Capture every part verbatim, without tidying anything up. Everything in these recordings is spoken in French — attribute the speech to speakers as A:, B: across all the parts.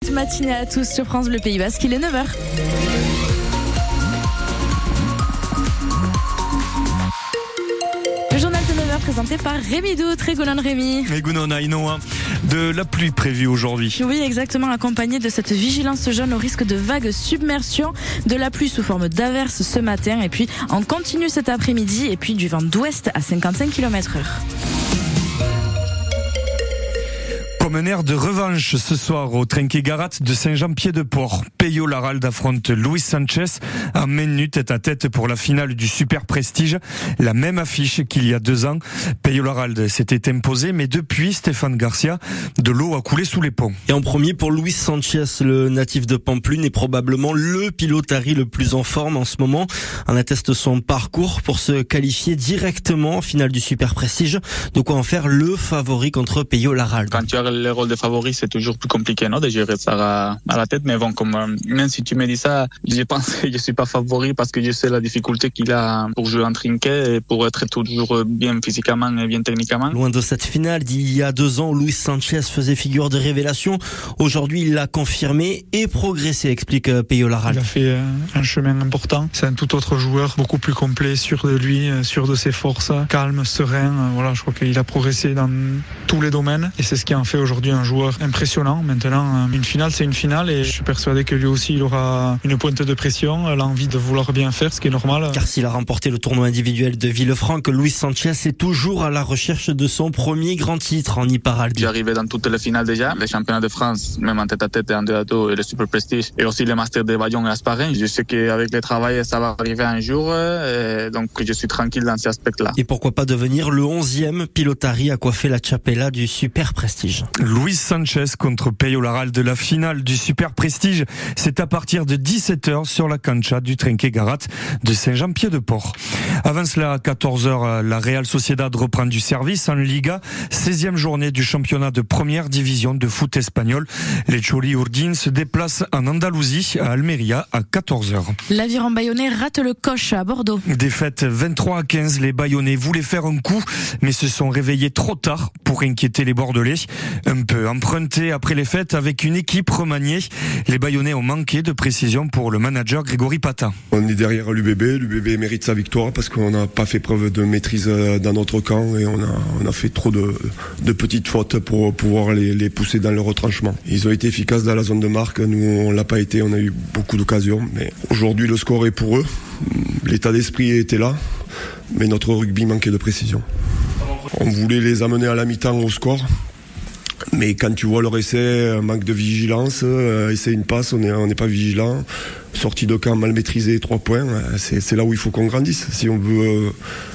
A: excellente matinée à tous sur France Bleu Pays Basque, il est neuf heures. Le journal de neuf heures présenté par Rémi Dout. Régounon Rémi.
B: Régounon Aïnoa. De la pluie prévue aujourd'hui.
A: Oui, exactement, accompagné de cette vigilance jaune au risque de vagues submersion, de la pluie sous forme d'averses ce matin et puis on continue cet après-midi et puis du vent d'ouest à cinquante-cinq kilomètres heure.
B: Comme un air de revanche ce soir au Trinquet-Garat de Saint-Jean-Pied-de-Port. Peyo Laralde affronte Luis Sanchez en main nue tête à tête pour la finale du Super Prestige. La même affiche qu'il y a deux ans. Peyo Laralde s'était imposé, mais depuis Stéphane Garcia, de l'eau a coulé sous les ponts.
C: Et en premier pour Luis Sanchez, le natif de Pampelune est probablement le pilotari le plus en forme en ce moment. En atteste son parcours pour se qualifier directement en finale du Super Prestige. De quoi en faire le favori contre Peyo Laralde.
D: Quand tu as le rôle de favori, c'est toujours plus compliqué, non, de gérer ça à, à la tête. Mais bon, comme euh, même si tu me dis ça, je pense que je suis pas favori parce que je sais la difficulté qu'il a pour jouer en trinquet et pour être toujours bien physiquement et bien techniquement.
C: Loin de cette finale d'il y a deux ans où Luis Sanchez faisait figure de révélation, aujourd'hui il l'a confirmé et progressé, explique Peyo Laralde.
E: Il a fait un chemin important. C'est un tout autre joueur, beaucoup plus complet, sûr de lui, sûr de ses forces, calme, serein. Voilà, je crois qu'il a progressé dans tous les domaines et c'est ce qui en fait aujourd'hui un joueur impressionnant. Maintenant, une finale, c'est une finale et je suis persuadé que lui aussi, il aura une pointe de pression, l'envie de vouloir bien faire, ce qui est normal.
C: Car s'il a remporté le tournoi individuel de Villefranche, Luis Sanchez est toujours à la recherche de son premier grand titre en Iparaldi.
D: J'ai arrivé dans toutes les finales déjà, les championnats de France, même en tête à tête et en deux à deux, et le Super Prestige, et aussi les Masters de Bayonne et Asparin. Je sais qu'avec le travail, ça va arriver un jour, et donc je suis tranquille dans cet aspect-là.
C: Et pourquoi pas devenir le onzième pilotari à coiffer la chapella du Super Prestige.
B: Luis Sanchez contre Peyo Laralde de la finale du Super Prestige. C'est à partir de dix-sept heures sur la cancha du Trinquet-Garat de Saint-Jean-Pied-de-Port. Avant cela, à quatorze heures, la Real Sociedad reprend du service en Liga. seizième journée du championnat de première division de foot espagnol. Les Choli Urdin se déplacent en Andalousie, à Almeria, à quatorze heures.
A: L'Aviron Bayonnais rate le coche à Bordeaux.
B: Défaite vingt-trois à quinze. Les Bayonnais voulaient faire un coup, mais se sont réveillés trop tard pour inquiéter les Bordelais. Un peu emprunté après les fêtes avec une équipe remaniée. Les Bayonnais ont manqué de précision pour le manager Grégory Patin.
F: On est derrière l'U B B. L'U B B mérite sa victoire parce qu'on n'a pas fait preuve de maîtrise dans notre camp et on a, on a fait trop de, de petites fautes pour pouvoir les, les pousser dans le retranchement. Ils ont été efficaces dans la zone de marque. Nous, on l'a pas été. On a eu beaucoup d'occasions. Mais aujourd'hui, le score est pour eux. L'état d'esprit était là. Mais notre rugby manquait de précision. On voulait les amener à la mi-temps au score. Mais quand tu vois leur essai, un manque de vigilance, euh, essai une passe, on n'est on n'est pas vigilant. Sortie de camp mal maîtrisée, trois points, c'est, c'est là où il faut qu'on grandisse. Si on veut euh,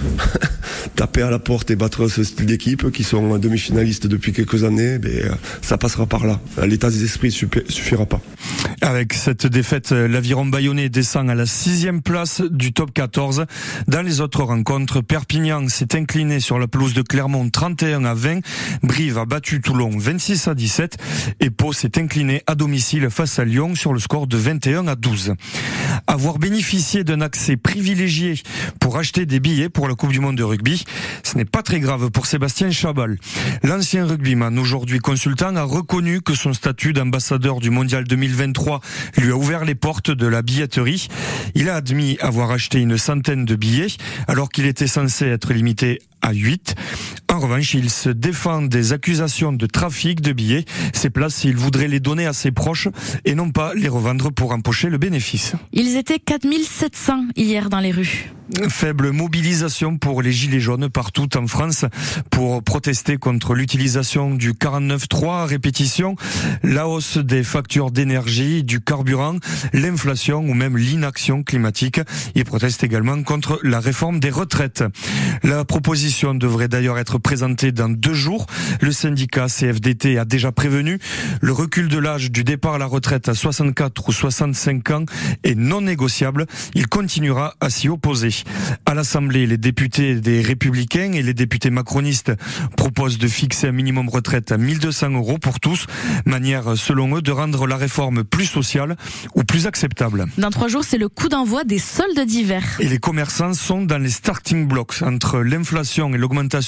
F: taper à la porte et battre ce style d'équipe qui sont demi-finalistes depuis quelques années, ben, ça passera par là. L'état des esprits ne suffira pas.
B: Avec cette défaite, l'Aviron Bayonnais descend à la sixième place du top quatorze. Dans les autres rencontres, Perpignan s'est incliné sur la pelouse de Clermont trente et un à vingt. Brive a battu Toulon vingt-six à dix-sept. Et Pau s'est incliné à domicile face à Lyon sur le score de vingt et un à douze. Avoir bénéficié d'un accès privilégié pour acheter des billets pour la Coupe du Monde de rugby, ce n'est pas très grave pour Sébastien Chabal. L'ancien rugbyman, aujourd'hui consultant, a reconnu que son statut d'ambassadeur du Mondial deux mille vingt-trois lui a ouvert les portes de la billetterie. Il a admis avoir acheté une centaine de billets alors qu'il était censé être limité à huit. En revanche, il se défend des accusations de trafic de billets. Ces places, il voudrait les donner à ses proches et non pas les revendre pour empocher le bénéfice.
A: Ils étaient quatre mille sept cents hier dans les rues.
B: Faible mobilisation pour les gilets jaunes partout en France pour protester contre l'utilisation du quarante-neuf trois à répétition, la hausse des factures d'énergie, du carburant, l'inflation ou même l'inaction climatique. Ils protestent également contre la réforme des retraites. La proposition devrait d'ailleurs être présentée dans deux jours. Le syndicat C F D T a déjà prévenu. Le recul de l'âge du départ à la retraite à soixante-quatre ou soixante-cinq ans est non négociable. Il continuera à s'y opposer. À l'Assemblée, les députés des Républicains et les députés macronistes proposent de fixer un minimum retraite à mille deux cents euros pour tous, manière selon eux de rendre la réforme plus sociale ou plus acceptable.
A: Dans trois jours, c'est le coup d'envoi des soldes d'hiver.
B: Et les commerçants sont dans les starting blocks entre l'inflation et l'augmentation du prix de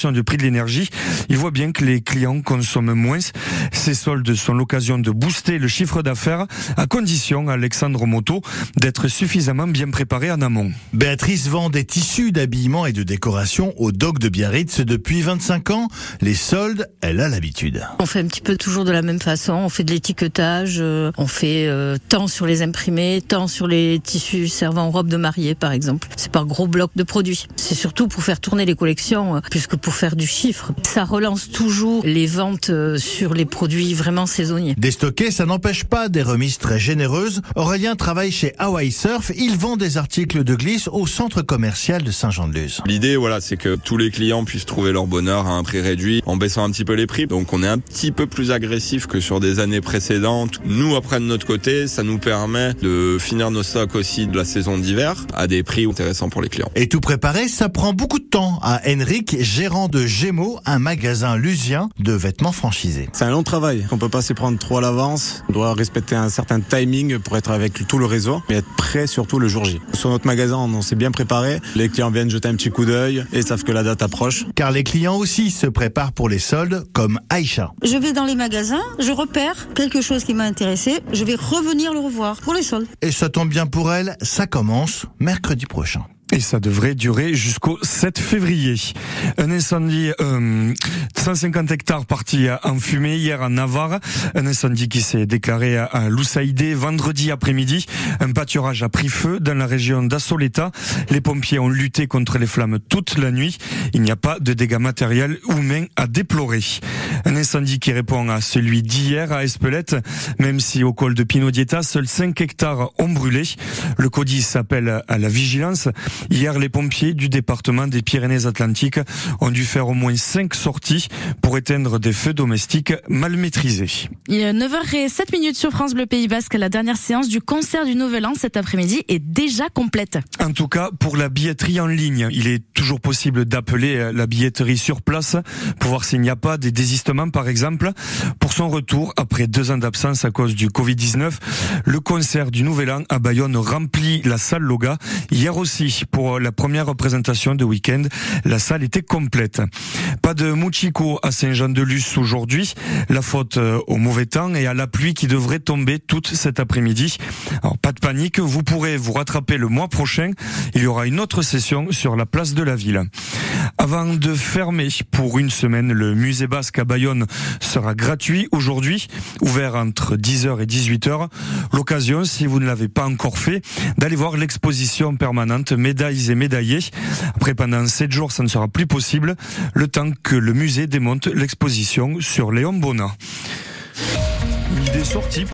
B: d'énergie. Il voit bien que les clients consomment moins. Ces soldes sont l'occasion de booster le chiffre d'affaires, à condition, Alexandre Moto, d'être suffisamment bien préparé en amont.
G: Béatrice vend des tissus d'habillement et de décoration au Dock de Biarritz depuis vingt-cinq ans. Les soldes, elle a l'habitude.
H: On fait un petit peu toujours de la même façon. On fait de l'étiquetage, euh, on fait euh, tant sur les imprimés, tant sur les tissus servant aux robes de mariée, par exemple. C'est par gros blocs de produits. C'est surtout pour faire tourner les collections, euh, plus que pour faire du chiffre. Ça relance toujours les ventes euh, sur les produits vraiment saisonniers.
G: Déstocker, ça n'empêche pas des remises très généreuses. Aurélien travaille chez Hawaii Surf. Il vend des articles de glisse au centre commercial de Saint-Jean-de-Luz.
I: L'idée, voilà, c'est que tous les clients puissent trouver leur bonheur à un prix réduit en baissant un petit peu les prix. Donc on est un petit peu plus agressif que sur des années précédentes. Nous, après de notre côté, ça nous permet de finir nos stocks aussi de la saison d'hiver à des prix intéressants pour les clients.
G: Et tout préparer, ça prend beaucoup de temps. À Henrik, gérant de Gémeaux, un magasin lusien de vêtements franchisés.
J: C'est un long travail. On peut pas s'y prendre trop à l'avance. On doit respecter un certain timing pour être avec tout le réseau et être prêt surtout le jour J. Sur notre magasin, on s'est bien préparé. Les clients viennent jeter un petit coup d'œil et savent que la date approche.
G: Car les clients aussi se préparent pour les soldes, comme Aïcha.
K: Je vais dans les magasins, je repère quelque chose qui m'a intéressé, je vais revenir le revoir pour les soldes.
G: Et ça tombe bien pour elle, ça commence mercredi prochain.
B: Et ça devrait durer jusqu'au sept février. Un incendie, euh, cent cinquante hectares partis en fumée hier en Navarre. Un incendie qui s'est déclaré à Loussaïdé vendredi après-midi. Un pâturage a pris feu dans la région d'Assoleta. Les pompiers ont lutté contre les flammes toute la nuit. Il n'y a pas de dégâts matériels ou humains à déplorer. Un incendie qui répond à celui d'hier à Espelette. Même si au col de Pinodieta, seuls cinq hectares ont brûlé. Le CODIS s'appelle à la vigilance. Hier, les pompiers du département des Pyrénées-Atlantiques ont dû faire au moins cinq sorties pour éteindre des feux domestiques mal maîtrisés.
A: Il est neuf heures zéro sept minutes sur France Bleu Pays Basque. La dernière séance du concert du Nouvel An cet après-midi est déjà complète.
B: En tout cas, pour la billetterie en ligne, il est toujours possible d'appeler la billetterie sur place pour voir s'il n'y a pas des désistements, par exemple. Pour son retour, après deux ans d'absence à cause du covid dix-neuf, le concert du Nouvel An à Bayonne remplit la salle Loga. Hier aussi, pour la première représentation de week-end, la salle était complète. Pas de Mouchiko à Saint-Jean-de-Luz aujourd'hui. La faute au mauvais temps et à la pluie qui devrait tomber toute cet après-midi. Alors pas de panique, vous pourrez vous rattraper le mois prochain. Il y aura une autre session sur la place de la ville. Avant de fermer pour une semaine, le musée basque à Bayonne sera gratuit aujourd'hui, ouvert entre dix heures et dix-huit heures. L'occasion, si vous ne l'avez pas encore fait, d'aller voir l'exposition permanente Médailles et médaillés. Après, pendant sept jours, ça ne sera plus possible, le temps que le musée démonte l'exposition sur Léon Bonnat. Idée sortie.